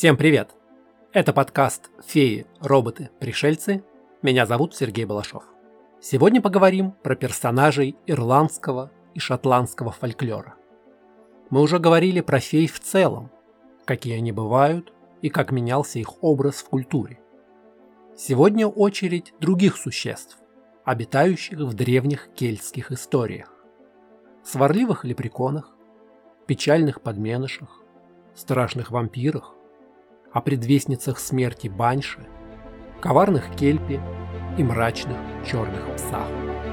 Всем привет! Это подкаст «Феи, роботы, пришельцы». Меня зовут Сергей Балашов. Сегодня поговорим про персонажей ирландского и шотландского фольклора. Мы уже говорили про фей в целом, какие они бывают и как менялся их образ в культуре. Сегодня очередь других существ, обитающих в древних кельтских историях. Сварливых лепреконах, печальных подменышах, страшных вампирах, о предвестницах смерти банши, коварных кельпи и мрачных черных псах.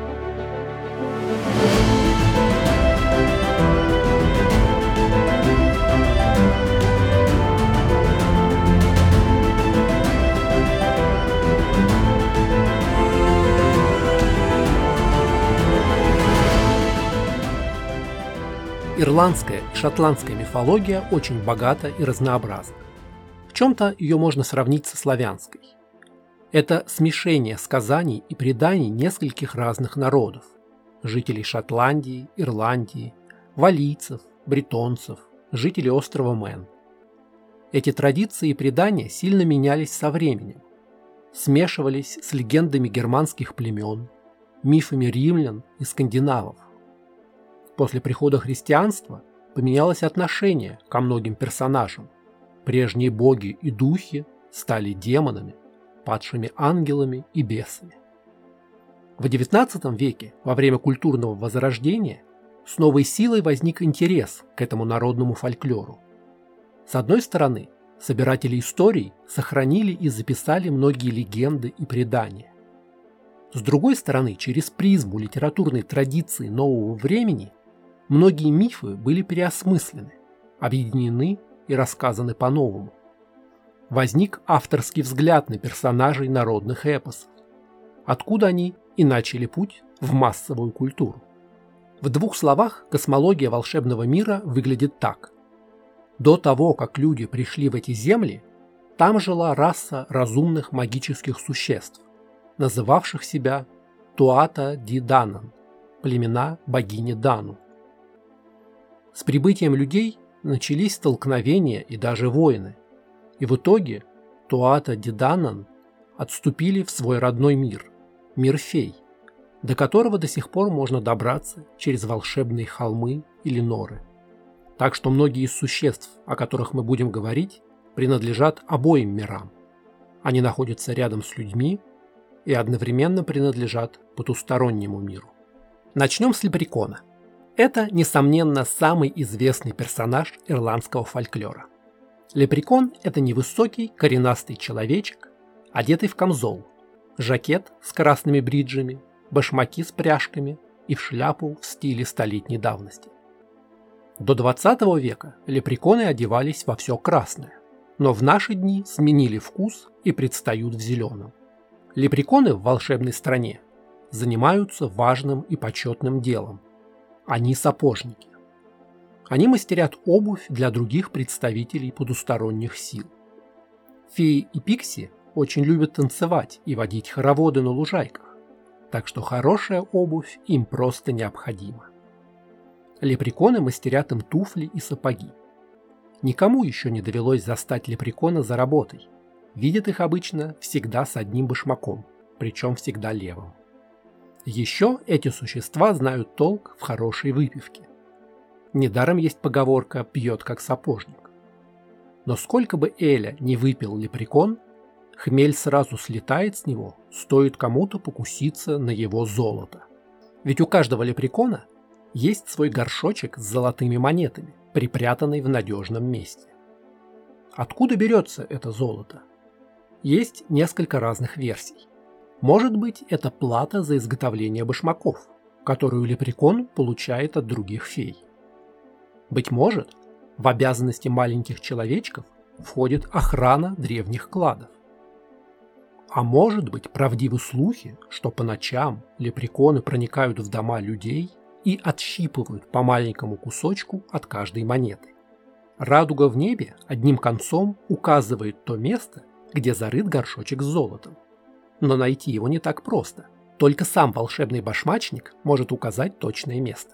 Ирландская и шотландская мифология очень богата и разнообразна. В чем-то ее можно сравнить со славянской. Это смешение сказаний и преданий нескольких разных народов – жителей Шотландии, Ирландии, валлийцев, бретонцев, жителей острова Мэн. Эти традиции и предания сильно менялись со временем, смешивались с легендами германских племен, мифами римлян и скандинавов. После прихода христианства поменялось отношение ко многим персонажам. Прежние боги и духи стали демонами, падшими ангелами и бесами. В XIX веке, во время культурного возрождения, с новой силой возник интерес к этому народному фольклору. С одной стороны, собиратели историй сохранили и записали многие легенды и предания. С другой стороны, через призму литературной традиции нового времени многие мифы были переосмыслены, объединены и рассказаны по-новому. Возник авторский взгляд на персонажей народных эпосов, откуда они и начали путь в массовую культуру. В двух словах космология волшебного мира выглядит так. До того, как люди пришли в эти земли, там жила раса разумных магических существ, называвших себя Туата Ди Данан, племена богини Дану. С прибытием людей начались столкновения и даже войны, и в итоге Туата Ди Данан отступили в свой родной мир, мир фей, до которого до сих пор можно добраться через волшебные холмы или норы. Так что многие из существ, о которых мы будем говорить, принадлежат обоим мирам. Они находятся рядом с людьми и одновременно принадлежат потустороннему миру. Начнем с лепрекона. Это, несомненно, самый известный персонаж ирландского фольклора. Лепрекон – это невысокий, коренастый человечек, одетый в камзол, жакет с красными бриджами, башмаки с пряжками и в шляпу в стиле столетней давности. До 20 века лепреконы одевались во все красное, но в наши дни сменили вкус и предстают в зеленом. Лепреконы в волшебной стране занимаются важным и почетным делом. Они сапожники. Они мастерят обувь для других представителей потусторонних сил. Феи и пикси очень любят танцевать и водить хороводы на лужайках, так что хорошая обувь им просто необходима. Лепреконы мастерят им туфли и сапоги. Никому еще не довелось застать лепрекона за работой. Видят их обычно всегда с одним башмаком, причем всегда левым. Еще эти существа знают толк в хорошей выпивке. Недаром есть поговорка «пьет как сапожник». Но сколько бы эля не выпил лепрекон, хмель сразу слетает с него, стоит кому-то покуситься на его золото. Ведь у каждого лепрекона есть свой горшочек с золотыми монетами, припрятанный в надежном месте. Откуда берется это золото? Есть несколько разных версий. Может быть, это плата за изготовление башмаков, которую лепрекон получает от других фей. Быть может, в обязанности маленьких человечков входит охрана древних кладов. А может быть, правдивы слухи, что по ночам лепреконы проникают в дома людей и отщипывают по маленькому кусочку от каждой монеты. Радуга в небе одним концом указывает то место, где зарыт горшочек с золотом. Но найти его не так просто. Только сам волшебный башмачник может указать точное место.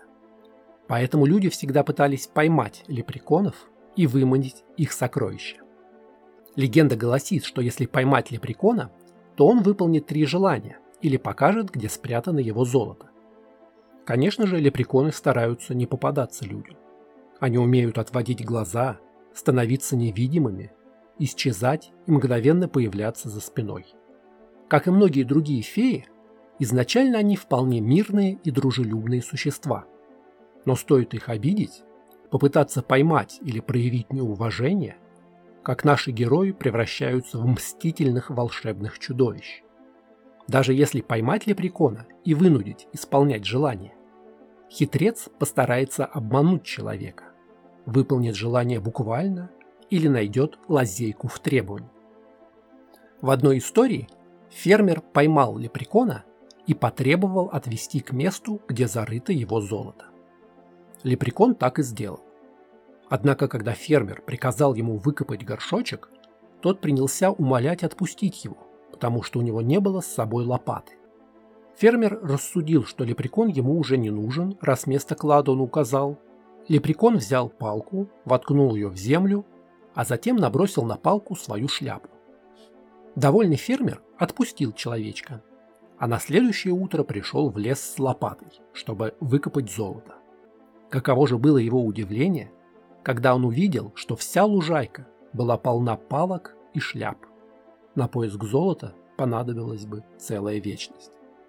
Поэтому люди всегда пытались поймать лепреконов и выманить их сокровища. Легенда гласит, что если поймать лепрекона, то он выполнит 3 желания или покажет, где спрятано его золото. Конечно же, лепреконы стараются не попадаться людям. Они умеют отводить глаза, становиться невидимыми, исчезать и мгновенно появляться за спиной. Как и многие другие феи, изначально они вполне мирные и дружелюбные существа. Но стоит их обидеть, попытаться поймать или проявить неуважение, как наши герои превращаются в мстительных волшебных чудовищ. Даже если поймать лепрекона и вынудить исполнять желание, хитрец постарается обмануть человека, выполнит желание буквально или найдет лазейку в требовании. В одной истории фермер поймал лепрекона и потребовал отвезти к месту, где зарыто его золото. Лепрекон так и сделал. Однако, когда фермер приказал ему выкопать горшочек, тот принялся умолять отпустить его, потому что у него не было с собой лопаты. Фермер рассудил, что лепрекон ему уже не нужен, раз место клада он указал. Лепрекон взял палку, воткнул ее в землю, а затем набросил на палку свою шляпу. Довольный фермер отпустил человечка, а на следующее утро пришел в лес с лопатой, чтобы выкопать золото. Каково же было его удивление, когда он увидел, что вся лужайка была полна палок и шляп. На поиск золота понадобилась бы целая вечность.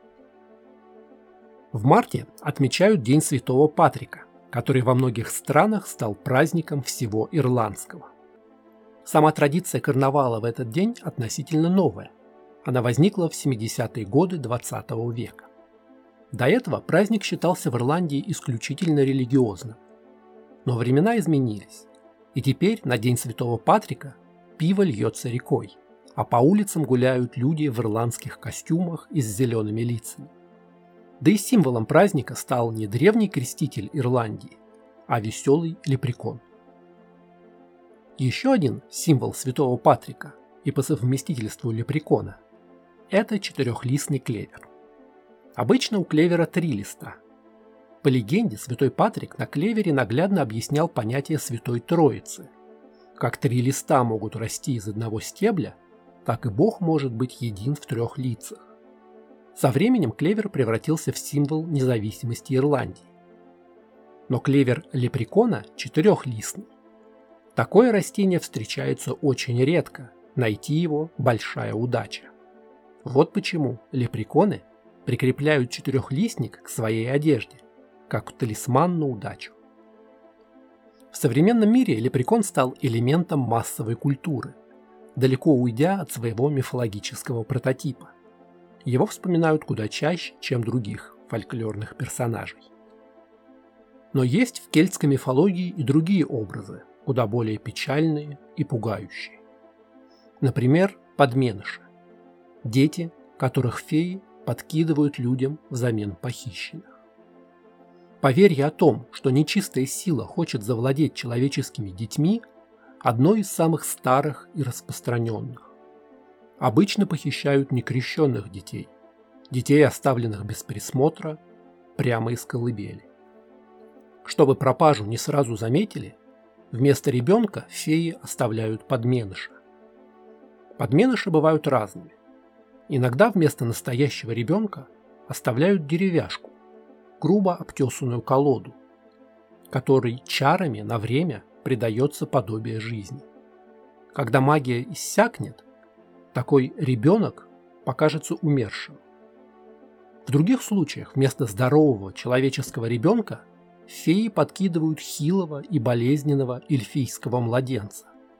В марте отмечают День Святого Патрика, который во многих странах стал праздником всего ирландского. Сама традиция карнавала в этот день относительно новая. Она возникла в 70-е годы XX века. До этого праздник считался в Ирландии исключительно религиозным. Но времена изменились, и теперь на День Святого Патрика пиво льется рекой, а по улицам гуляют люди в ирландских костюмах и с зелеными лицами. Да и символом праздника стал не древний креститель Ирландии, а веселый лепрекон. Еще один символ Святого Патрика и по совместительству лепрекона – это четырехлистный клевер. Обычно у клевера 3 листа. По легенде, святой Патрик на клевере наглядно объяснял понятие Святой Троицы. Как 3 листа могут расти из одного стебля, так и Бог может быть един в 3 лицах. Со временем клевер превратился в символ независимости Ирландии. Но клевер лепрекона 4-листный. Такое растение встречается очень редко, найти его – большая удача. Вот почему лепреконы прикрепляют 4-листник к своей одежде, как талисман на удачу. В современном мире лепрекон стал элементом массовой культуры, далеко уйдя от своего мифологического прототипа. Его вспоминают куда чаще, чем других фольклорных персонажей. Но есть в кельтской мифологии и другие образы, куда более печальные и пугающие. Например, подменыши – дети, которых феи подкидывают людям взамен похищенных. Поверье о том, что нечистая сила хочет завладеть человеческими детьми, одно из самых старых и распространенных. Обычно похищают некрещенных детей, детей, оставленных без присмотра, прямо из колыбели. Чтобы пропажу не сразу заметили, вместо ребенка феи оставляют подменыша. Подменыши бывают разными. Иногда вместо настоящего ребенка оставляют деревяшку, грубо обтесанную колоду, которой чарами на время придается подобие жизни. Когда магия иссякнет, такой ребенок покажется умершим. В других случаях вместо здорового человеческого ребенка феи подкидывают хилого и болезненного эльфийского младенца.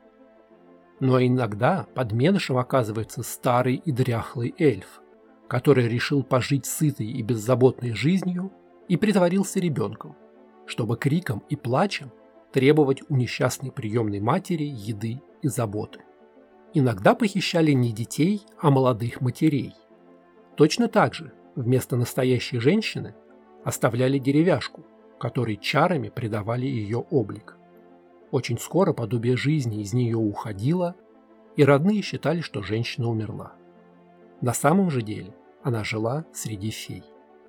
Но иногда подменышем оказывается старый и дряхлый эльф, который решил пожить сытой и беззаботной жизнью и притворился ребенком, чтобы криком и плачем требовать у несчастной приемной матери еды и заботы. Иногда похищали не детей, а молодых матерей. Точно так же вместо настоящей женщины оставляли деревяшку, которой чарами придавали ее облик. Очень скоро подобие жизни из нее уходило, и родные считали, что женщина умерла. На самом же деле она жила среди фей.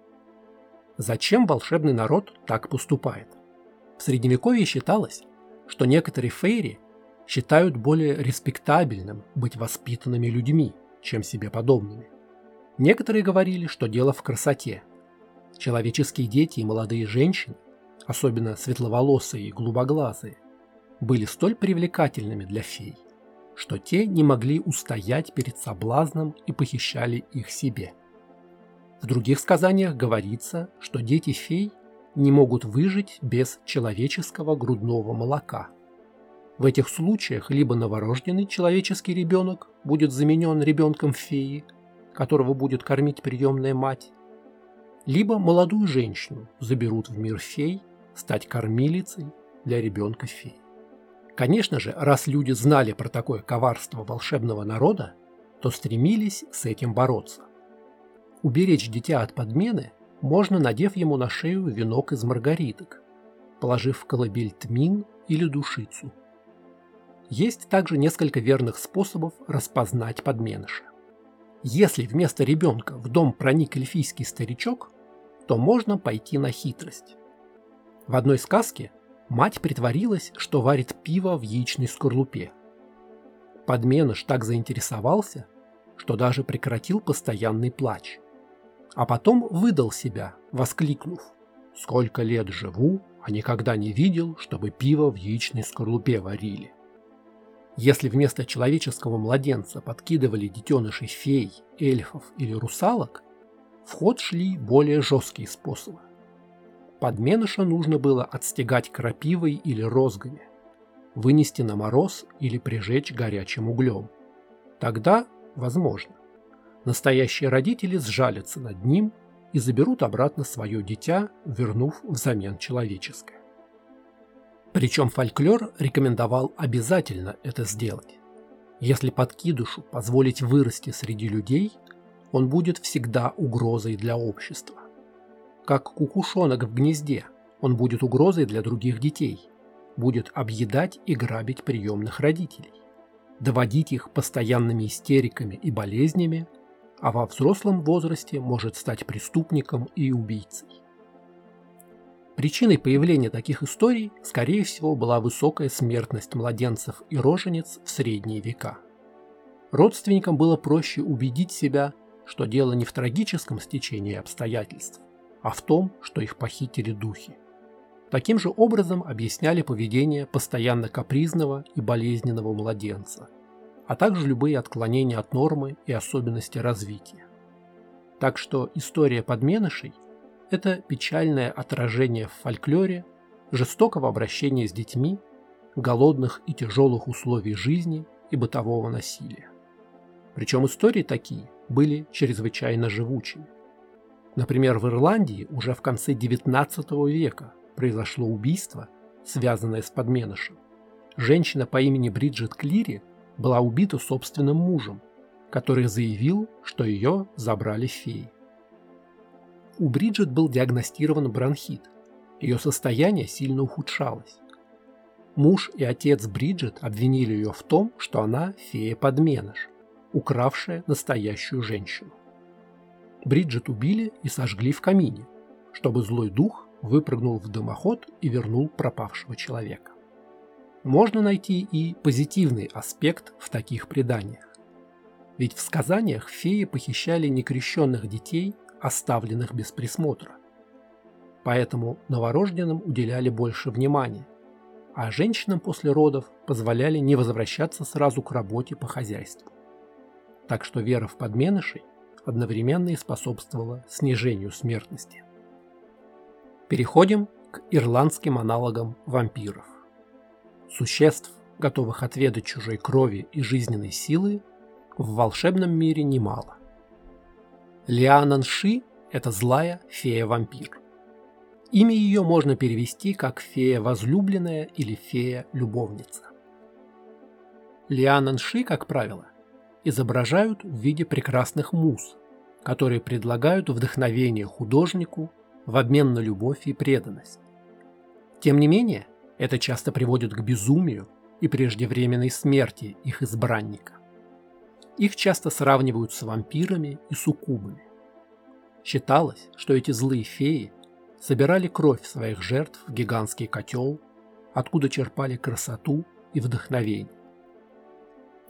Зачем волшебный народ так поступает? В Средневековье считалось, что некоторые фейри считают более респектабельным быть воспитанными людьми, чем себе подобными. Некоторые говорили, что дело в красоте. Человеческие дети и молодые женщины, особенно светловолосые и голубоглазые, были столь привлекательными для фей, что те не могли устоять перед соблазном и похищали их себе. В других сказаниях говорится, что дети фей не могут выжить без человеческого грудного молока. В этих случаях либо новорожденный человеческий ребенок будет заменен ребенком феи, которого будет кормить приемная мать, либо молодую женщину заберут в мир фей стать кормилицей для ребенка феи. Конечно же, раз люди знали про такое коварство волшебного народа, то стремились с этим бороться. Уберечь дитя от подмены можно, надев ему на шею венок из маргариток, положив в колыбель тмин или душицу. Есть также несколько верных способов распознать подменыша. Если вместо ребенка в дом проник эльфийский старичок, то можно пойти на хитрость. В одной сказке мать притворилась, что варит пиво в яичной скорлупе. Подменыш так заинтересовался, что даже прекратил постоянный плач. А потом выдал себя, воскликнув: «Сколько лет живу, а никогда не видел, чтобы пиво в яичной скорлупе варили». Если вместо человеческого младенца подкидывали детенышей фей, эльфов или русалок, в ход шли более жесткие способы. Подменыша нужно было отстегать крапивой или розгами, вынести на мороз или прижечь горячим углем. Тогда, возможно, настоящие родители сжалятся над ним и заберут обратно свое дитя, вернув взамен человеческое. Причем фольклор рекомендовал обязательно это сделать. Если подкидышу позволить вырасти среди людей, он будет всегда угрозой для общества. Как кукушонок в гнезде, он будет угрозой для других детей, будет объедать и грабить приемных родителей, доводить их постоянными истериками и болезнями, а во взрослом возрасте может стать преступником и убийцей. Причиной появления таких историй, скорее всего, была высокая смертность младенцев и рожениц в средние века. Родственникам было проще убедить себя, что дело не в трагическом стечении обстоятельств, а в том, что их похитили духи. Таким же образом объясняли поведение постоянно капризного и болезненного младенца, а также любые отклонения от нормы и особенности развития. Так что история подменышей – это печальное отражение в фольклоре жестокого обращения с детьми, голодных и тяжелых условий жизни и бытового насилия. Причем истории такие были чрезвычайно живучими. Например, в Ирландии уже в конце XIX века произошло убийство, связанное с подменышем. Женщина по имени Бриджит Клири была убита собственным мужем, который заявил, что ее забрали феи. У Бриджит был диагностирован бронхит, ее состояние сильно ухудшалось. Муж и отец Бриджит обвинили ее в том, что она фея-подменыш, укравшая настоящую женщину. Бриджит убили и сожгли в камине, чтобы злой дух выпрыгнул в дымоход и вернул пропавшего человека. Можно найти и позитивный аспект в таких преданиях. Ведь в сказаниях феи похищали некрещенных детей, оставленных без присмотра. Поэтому новорожденным уделяли больше внимания, а женщинам после родов позволяли не возвращаться сразу к работе по хозяйству. Так что вера в подменышей одновременно и способствовала снижению смертности. Переходим к ирландским аналогам вампиров. Существ, готовых отведать чужой крови и жизненной силы, в волшебном мире немало. Лианан-Ши – это злая фея-вампир. Имя ее можно перевести как фея-возлюбленная или фея-любовница. Лианан-Ши, как правило, изображают в виде прекрасных муз, которые предлагают вдохновение художнику в обмен на любовь и преданность. Тем не менее, это часто приводит к безумию и преждевременной смерти их избранника. Их часто сравнивают с вампирами и суккубами. Считалось, что эти злые феи собирали кровь своих жертв в гигантский котел, откуда черпали красоту и вдохновение.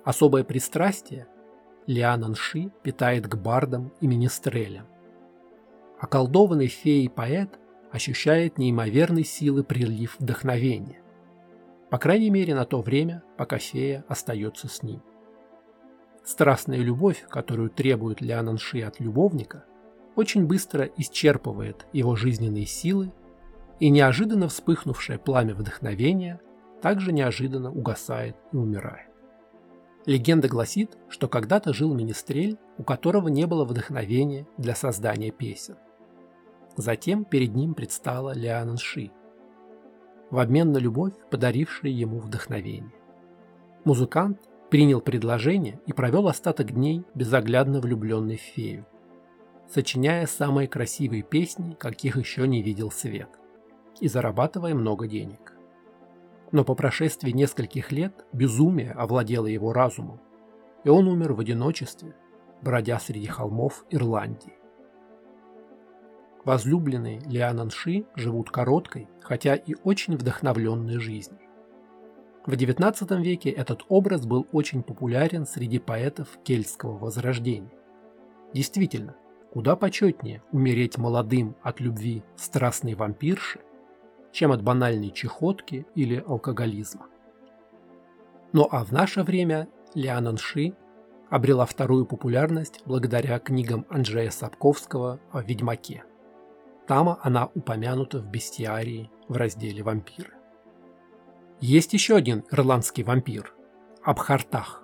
Особое пристрастие Лиан-Анши питает к бардам и министрелям. Околдованный феей поэт ощущает неимоверной силы прилив вдохновения. По крайней мере на то время, пока фея остается с ним. Страстная любовь, которую требует Лиан-Анши от любовника, очень быстро исчерпывает его жизненные силы, и неожиданно вспыхнувшее пламя вдохновения также неожиданно угасает и умирает. Легенда гласит, что когда-то жил министрель, у которого не было вдохновения для создания песен. Затем перед ним предстала Лиан-Анши, в обмен на любовь, подарившая ему вдохновение. Музыкант принял предложение и провел остаток дней безоглядно влюбленный в фею, сочиняя самые красивые песни, каких еще не видел свет, и зарабатывая много денег. Но по прошествии нескольких лет безумие овладело его разумом, и он умер в одиночестве, бродя среди холмов Ирландии. Возлюбленные Лиан-Анши живут короткой, хотя и очень вдохновленной жизнью. В XIX веке этот образ был очень популярен среди поэтов кельтского возрождения. Действительно, куда почетнее умереть молодым от любви страстной вампирши, чем от банальной чахотки или алкоголизма. Ну а в наше время Лиан-Анши обрела вторую популярность благодаря книгам Анджея Сапковского о Ведьмаке. Там она упомянута в бестиарии в разделе «Вампиры». Есть еще один ирландский вампир – Абхартах.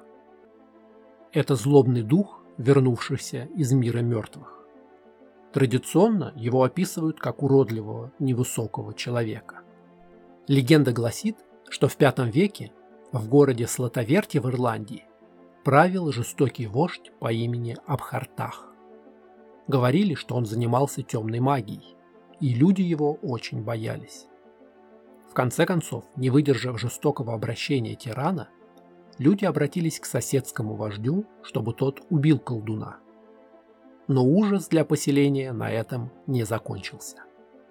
Это злобный дух, вернувшийся из мира мертвых. Традиционно его описывают как уродливого, невысокого человека. Легенда гласит, что в V веке в городе Слатоверте в Ирландии правил жестокий вождь по имени Абхартах. Говорили, что он занимался темной магией, и люди его очень боялись. В конце концов, не выдержав жестокого обращения тирана, люди обратились к соседскому вождю, чтобы тот убил колдуна. Но ужас для поселения на этом не закончился.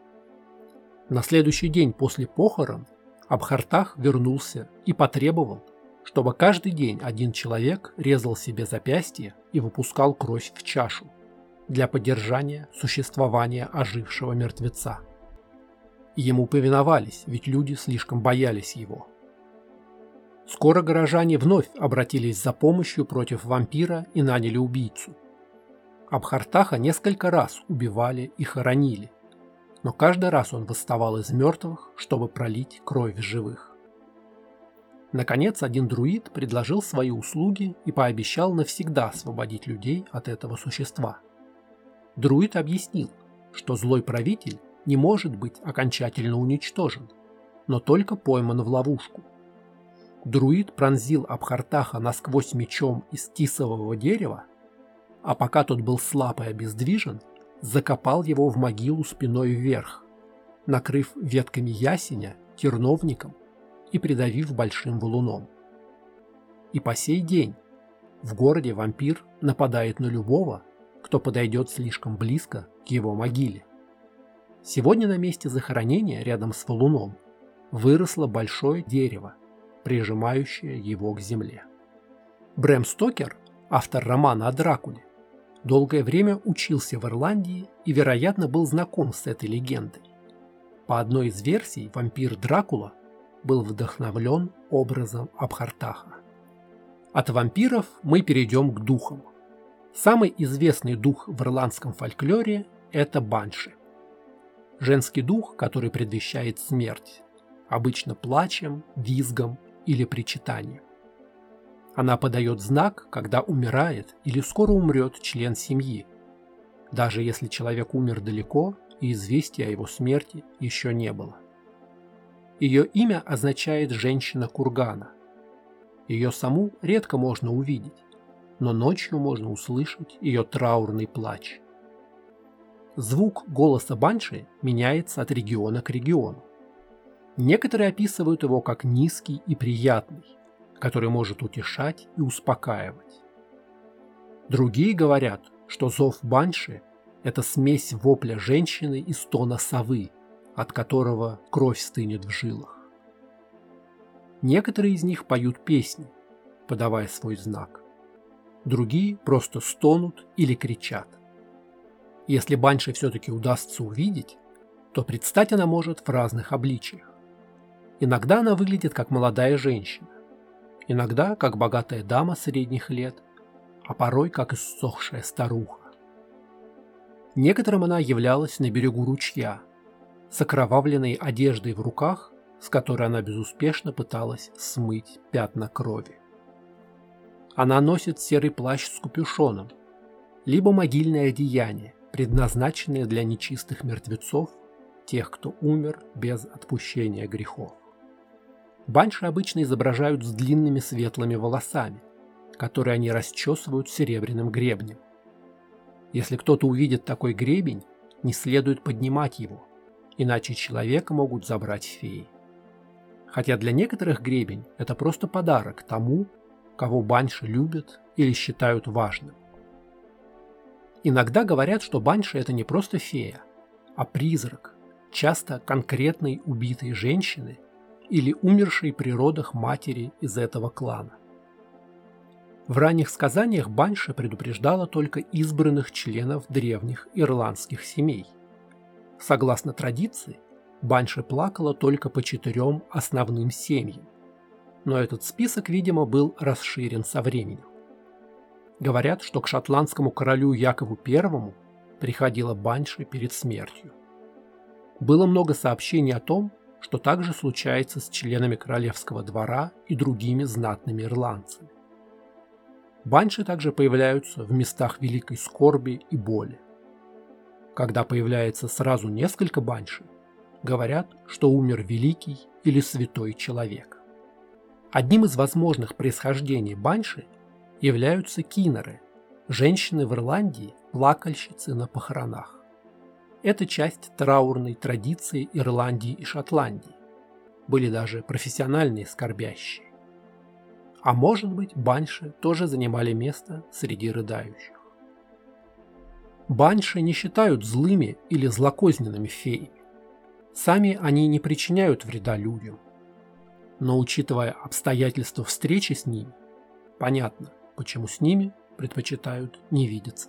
На следующий день после похорон Абхартах вернулся и потребовал, чтобы каждый день один человек резал себе запястье и выпускал кровь в чашу для поддержания существования ожившего мертвеца. Ему повиновались, ведь люди слишком боялись его. Скоро горожане вновь обратились за помощью против вампира и наняли убийцу. Абхартаха несколько раз убивали и хоронили, но каждый раз он восставал из мертвых, чтобы пролить кровь живых. Наконец, один друид предложил свои услуги и пообещал навсегда освободить людей от этого существа. Друид объяснил, что злой правитель не может быть окончательно уничтожен, но только пойман в ловушку. Друид пронзил Абхартаха насквозь мечом из тисового дерева, а пока тот был слаб и обездвижен, закопал его в могилу спиной вверх, накрыв ветками ясеня, терновником и придавив большим валуном. И по сей день в городе вампир нападает на любого, кто подойдет слишком близко к его могиле. Сегодня на месте захоронения рядом с валуном выросло большое дерево, прижимающее его к земле. Брэм Стокер, автор романа о Дракуле, долгое время учился в Ирландии и, вероятно, был знаком с этой легендой. По одной из версий, вампир Дракула был вдохновлен образом Абхартаха. От вампиров мы перейдем к духам. Самый известный дух в ирландском фольклоре – это банши. Женский дух, который предвещает смерть, обычно плачем, визгом или причитанием. Она подает знак, когда умирает или скоро умрет член семьи, даже если человек умер далеко и известия о его смерти еще не было. Ее имя означает «женщина кургана». Ее саму редко можно увидеть, но ночью можно услышать ее траурный плач. Звук голоса банши меняется от региона к региону. Некоторые описывают его как низкий и приятный, который может утешать и успокаивать. Другие говорят, что зов банши – это смесь вопля женщины и стона совы, от которого кровь стынет в жилах. Некоторые из них поют песни, подавая свой знак. Другие просто стонут или кричат. Если банши все-таки удастся увидеть, то предстать она может в разных обличиях. Иногда она выглядит как молодая женщина, иногда как богатая дама средних лет, а порой как иссохшая старуха. Некоторым она являлась на берегу ручья, с окровавленной одеждой в руках, с которой она безуспешно пыталась смыть пятна крови. Она носит серый плащ с капюшоном, либо могильное одеяние, предназначенное для нечистых мертвецов, тех, кто умер без отпущения грехов. Банши обычно изображают с длинными светлыми волосами, которые они расчесывают серебряным гребнем. Если кто-то увидит такой гребень, не следует поднимать его, иначе человека могут забрать феи. Хотя для некоторых гребень – это просто подарок тому, кого банши любят или считают важным. Иногда говорят, что банши – это не просто фея, а призрак, часто конкретной убитой женщины или умершей при родах матери из этого клана. В ранних сказаниях банши предупреждала только избранных членов древних ирландских семей. Согласно традиции, банши плакала только по 4 основным семьям, но этот список, видимо, был расширен со временем. Говорят, что к шотландскому королю Якову I приходила банши перед смертью. Было много сообщений о том, что также случается с членами королевского двора и другими знатными ирландцами. Банши также появляются в местах великой скорби и боли. Когда появляется сразу несколько банши, говорят, что умер великий или святой человек. Одним из возможных происхождений банши являются киннеры, женщины в Ирландии, плакальщицы на похоронах. Это часть траурной традиции Ирландии и Шотландии. Были даже профессиональные скорбящие. А может быть, банши тоже занимали место среди рыдающих. Банши не считают злыми или злокозненными феями. Сами они не причиняют вреда людям. Но учитывая обстоятельства встречи с ними, понятно, почему с ними предпочитают не видеться.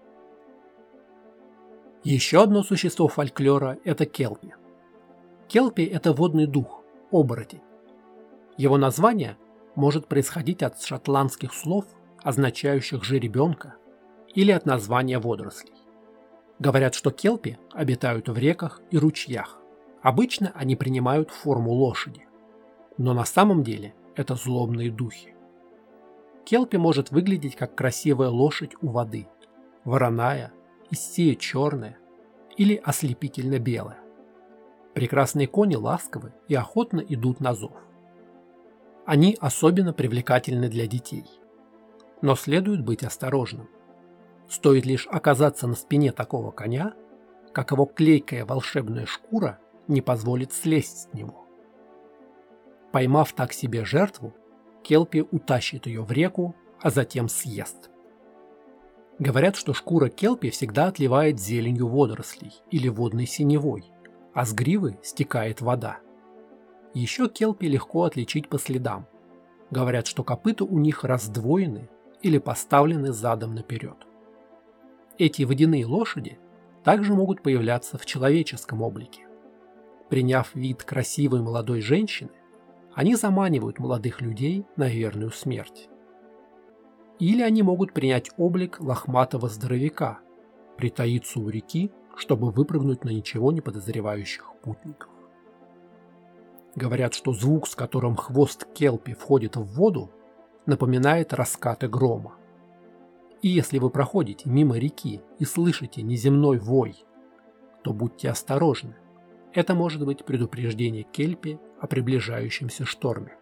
Еще одно существо фольклора – это келпи. Келпи – это водный дух, оборотень. Его название может происходить от шотландских слов, означающих жеребенка, или от названия водорослей. Говорят, что келпи обитают в реках и ручьях. Обычно они принимают форму лошади. Но на самом деле это злобные духи. Келпи может выглядеть как красивая лошадь у воды, вороная, истея черная или ослепительно белая. Прекрасные кони ласковы и охотно идут на зов. Они особенно привлекательны для детей. Но следует быть осторожным. Стоит лишь оказаться на спине такого коня, как его клейкая волшебная шкура не позволит слезть с него. Поймав так себе жертву, келпи утащит ее в реку, а затем съест. Говорят, что шкура келпи всегда отливает зеленью водорослей или водной синевой, а с гривы стекает вода. Еще келпи легко отличить по следам. Говорят, что копыта у них раздвоены или поставлены задом наперед. Эти водяные лошади также могут появляться в человеческом облике. Приняв вид красивой молодой женщины, они заманивают молодых людей на верную смерть. Или они могут принять облик лохматого здоровяка, притаиться у реки, чтобы выпрыгнуть на ничего не подозревающих путников. Говорят, что звук, с которым хвост келпи входит в воду, напоминает раскаты грома. И если вы проходите мимо реки и слышите неземной вой, то будьте осторожны. Это может быть предупреждение келпи о приближающемся шторме.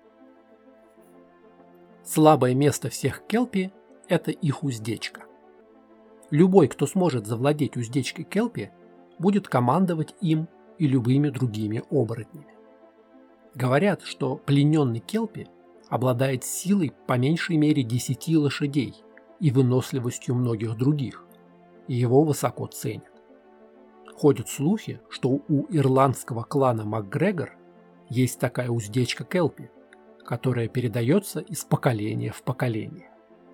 Слабое место всех келпи – это их уздечка. Любой, кто сможет завладеть уздечкой келпи, будет командовать им и любыми другими оборотнями. Говорят, что плененный келпи обладает силой по меньшей мере 10 лошадей и выносливостью многих других, и его высоко ценят. Ходят слухи, что у ирландского клана МакГрегор есть такая уздечка келпи, которое передается из поколения в поколение.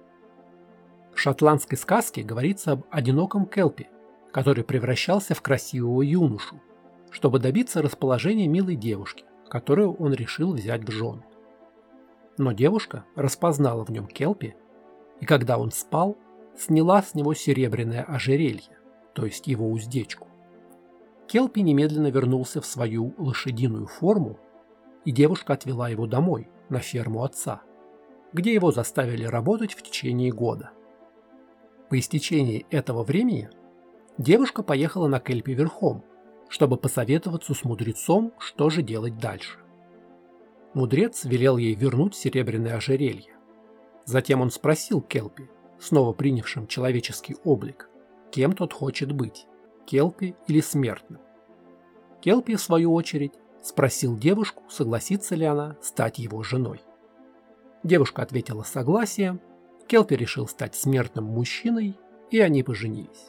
В шотландской сказке говорится об одиноком келпи, который превращался в красивого юношу, чтобы добиться расположения милой девушки, которую он решил взять в жены. Но девушка распознала в нем келпи, и когда он спал, сняла с него серебряное ожерелье, то есть его уздечку. Келпи немедленно вернулся в свою лошадиную форму, и девушка отвела его домой, на ферму отца, где его заставили работать в течение года. По истечении этого времени девушка поехала на Келпи верхом, чтобы посоветоваться с мудрецом, что же делать дальше. Мудрец велел ей вернуть серебряное ожерелье. Затем он спросил Келпи, снова принявшим человеческий облик, кем тот хочет быть, Келпи или смертным. Келпи, в свою очередь, спросил девушку, согласится ли она стать его женой. Девушка ответила согласием, Келпи решил стать смертным мужчиной, и они поженились.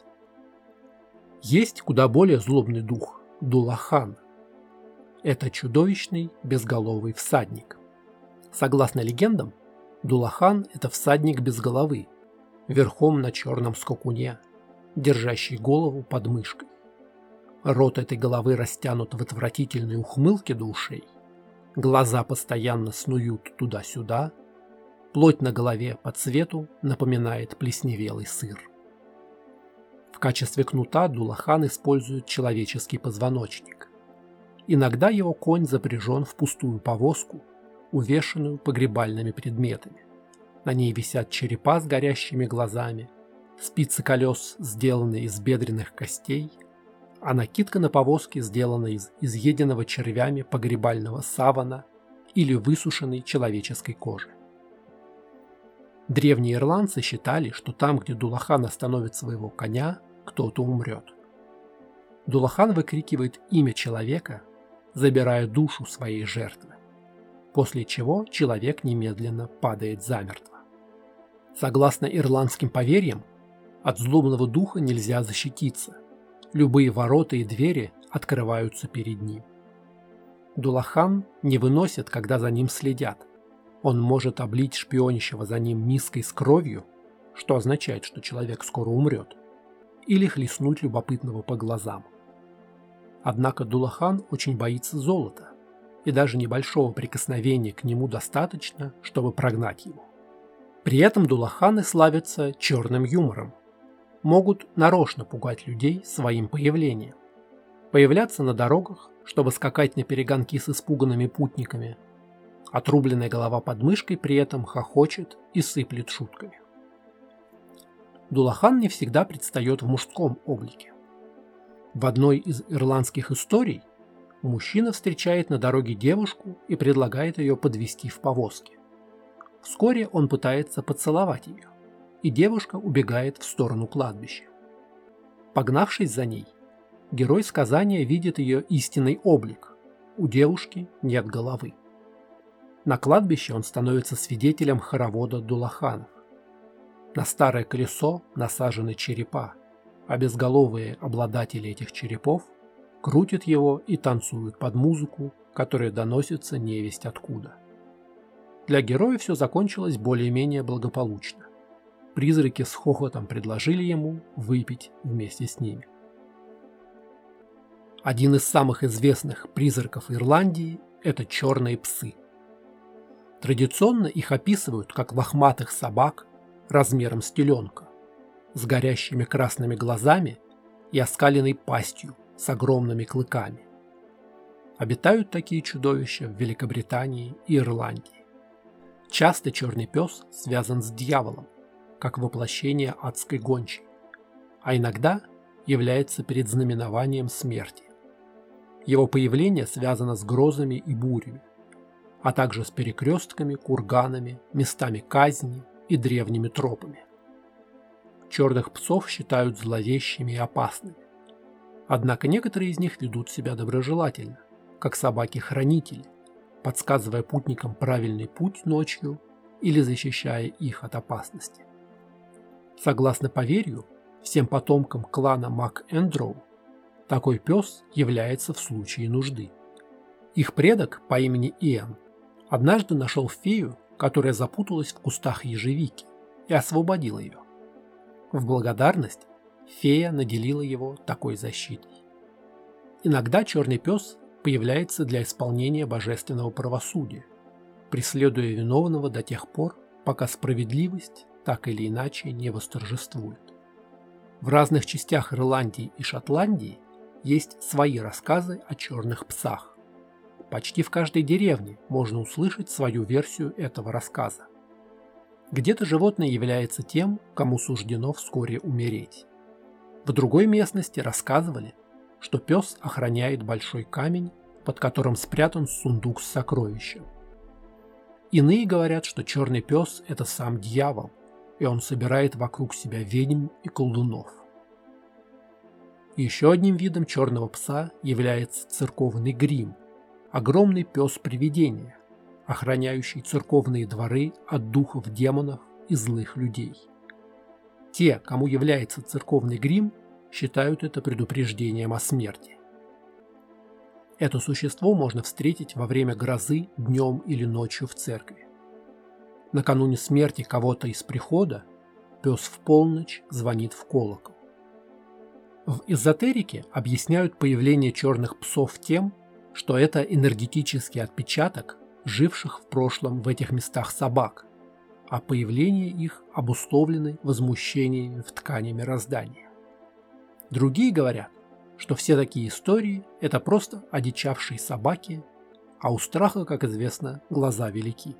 Есть куда более злобный дух – Дулахан. Это чудовищный безголовый всадник. Согласно легендам, Дулахан – это всадник без головы, верхом на черном скакуне, держащий голову под мышкой. Рот этой головы растянут в отвратительной ухмылке до ушей, глаза постоянно снуют туда-сюда, плоть на голове по цвету напоминает плесневелый сыр. В качестве кнута Дулахан использует человеческий позвоночник. Иногда его конь запряжен в пустую повозку, увешанную погребальными предметами. На ней висят черепа с горящими глазами, спицы колес сделаны из бедренных костей, а накидка на повозке сделана из изъеденного червями погребального савана или высушенной человеческой кожи. Древние ирландцы считали, что там, где Дулахан остановит своего коня, кто-то умрет. Дулахан выкрикивает имя человека, забирая душу своей жертвы, после чего человек немедленно падает замертво. Согласно ирландским поверьям, от злобного духа нельзя защититься. Любые ворота и двери открываются перед ним. Дулахан не выносит, когда за ним следят. Он может облить шпионящего за ним миской с кровью, что означает, что человек скоро умрет, или хлестнуть любопытного по глазам. Однако Дулахан очень боится золота, и даже небольшого прикосновения к нему достаточно, чтобы прогнать его. При этом Дулаханы славятся черным юмором. Могут нарочно пугать людей своим появлением. Появляться на дорогах, чтобы скакать на перегонки с испуганными путниками. Отрубленная голова под мышкой при этом хохочет и сыплет шутками. Дулахан не всегда предстает в мужском облике. В одной из ирландских историй мужчина встречает на дороге девушку и предлагает ее подвезти в повозке. Вскоре он пытается поцеловать ее, и девушка убегает в сторону кладбища. Погнавшись за ней, герой сказания видит ее истинный облик. У девушки нет головы. На кладбище он становится свидетелем хоровода Дулаханов. На старое колесо насажены черепа, а безголовые обладатели этих черепов крутят его и танцуют под музыку, которая доносится невесть откуда. Для героя все закончилось более-менее благополучно. Призраки с хохотом предложили ему выпить вместе с ними. Один из самых известных призраков Ирландии – это черные псы. Традиционно их описывают как лохматых собак размером с теленка, с горящими красными глазами и оскаленной пастью с огромными клыками. Обитают такие чудовища в Великобритании и Ирландии. Часто черный пес связан с дьяволом, как воплощение адской гончей, а иногда является предзнаменованием смерти. Его появление связано с грозами и бурями, а также с перекрестками, курганами, местами казни и древними тропами. Черных псов считают зловещими и опасными. Однако некоторые из них ведут себя доброжелательно, как собаки-хранители, подсказывая путникам правильный путь ночью или защищая их от опасности. Согласно поверью, всем потомкам клана Мак-Эндроу такой пес является в случае нужды. Их предок по имени Иэн однажды нашел фею, которая запуталась в кустах ежевики, и освободил ее. В благодарность фея наделила его такой защитой. Иногда черный пес появляется для исполнения божественного правосудия, преследуя виновного до тех пор, пока справедливость так или иначе не восторжествует. В разных частях Ирландии и Шотландии есть свои рассказы о черных псах. Почти в каждой деревне можно услышать свою версию этого рассказа. Где-то животное является тем, кому суждено вскоре умереть. В другой местности рассказывали, что пес охраняет большой камень, под которым спрятан сундук с сокровищем. Иные говорят, что черный пес – это сам дьявол, и он собирает вокруг себя ведьм и колдунов. Еще одним видом черного пса является церковный грим – огромный пес-привидение, охраняющий церковные дворы от духов демонов и злых людей. Те, кому является церковный грим, считают это предупреждением о смерти. Это существо можно встретить во время грозы днем или ночью в церкви. Накануне смерти кого-то из прихода пес в полночь звонит в колокол. В эзотерике объясняют появление черных псов тем, что это энергетический отпечаток живших в прошлом в этих местах собак, а появление их обусловлены возмущениями в ткани мироздания. Другие говорят, что все такие истории – это просто одичавшие собаки, а у страха, как известно, глаза велики.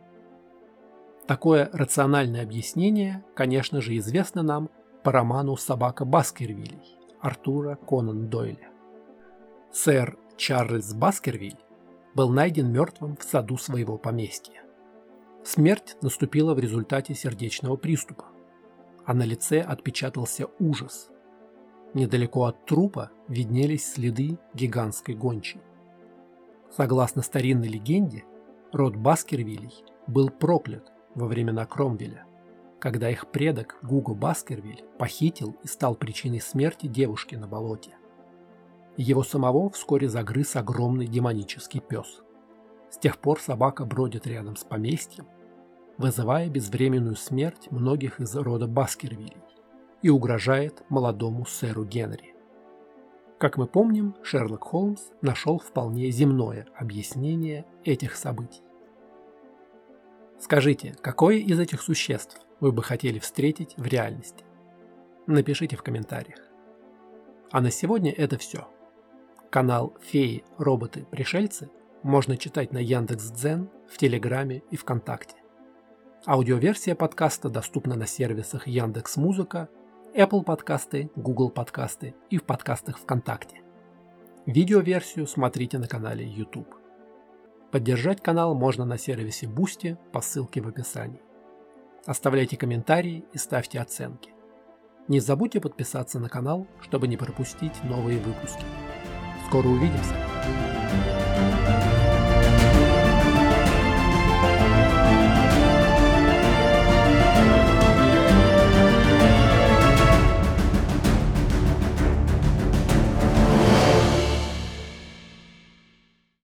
Такое рациональное объяснение, конечно же, известно нам по роману «Собака Баскервилей» Артура Конан Дойля. Сэр Чарльз Баскервиль был найден мертвым в саду своего поместья. Смерть наступила в результате сердечного приступа, а на лице отпечатался ужас. Недалеко от трупа виднелись следы гигантской гончей. Согласно старинной легенде, род Баскервилей был проклят во времена Кромвеля, когда их предок Гуго Баскервиль похитил и стал причиной смерти девушки на болоте. Его самого вскоре загрыз огромный демонический пес. С тех пор собака бродит рядом с поместьем, вызывая безвременную смерть многих из рода Баскервилей и угрожает молодому сэру Генри. Как мы помним, Шерлок Холмс нашел вполне земное объяснение этих событий. Скажите, какое из этих существ вы бы хотели встретить в реальности? Напишите в комментариях. А на сегодня это все. Канал «Феи, роботы, пришельцы» можно читать на Яндекс.Дзен, в Телеграме и ВКонтакте. Аудиоверсия подкаста доступна на сервисах Яндекс.Музыка, Apple подкасты, Google подкасты и в подкастах ВКонтакте. Видеоверсию смотрите на канале YouTube. Поддержать канал можно на сервисе Boosty по ссылке в описании. Оставляйте комментарии и ставьте оценки. Не забудьте подписаться на канал, чтобы не пропустить новые выпуски. Скоро увидимся!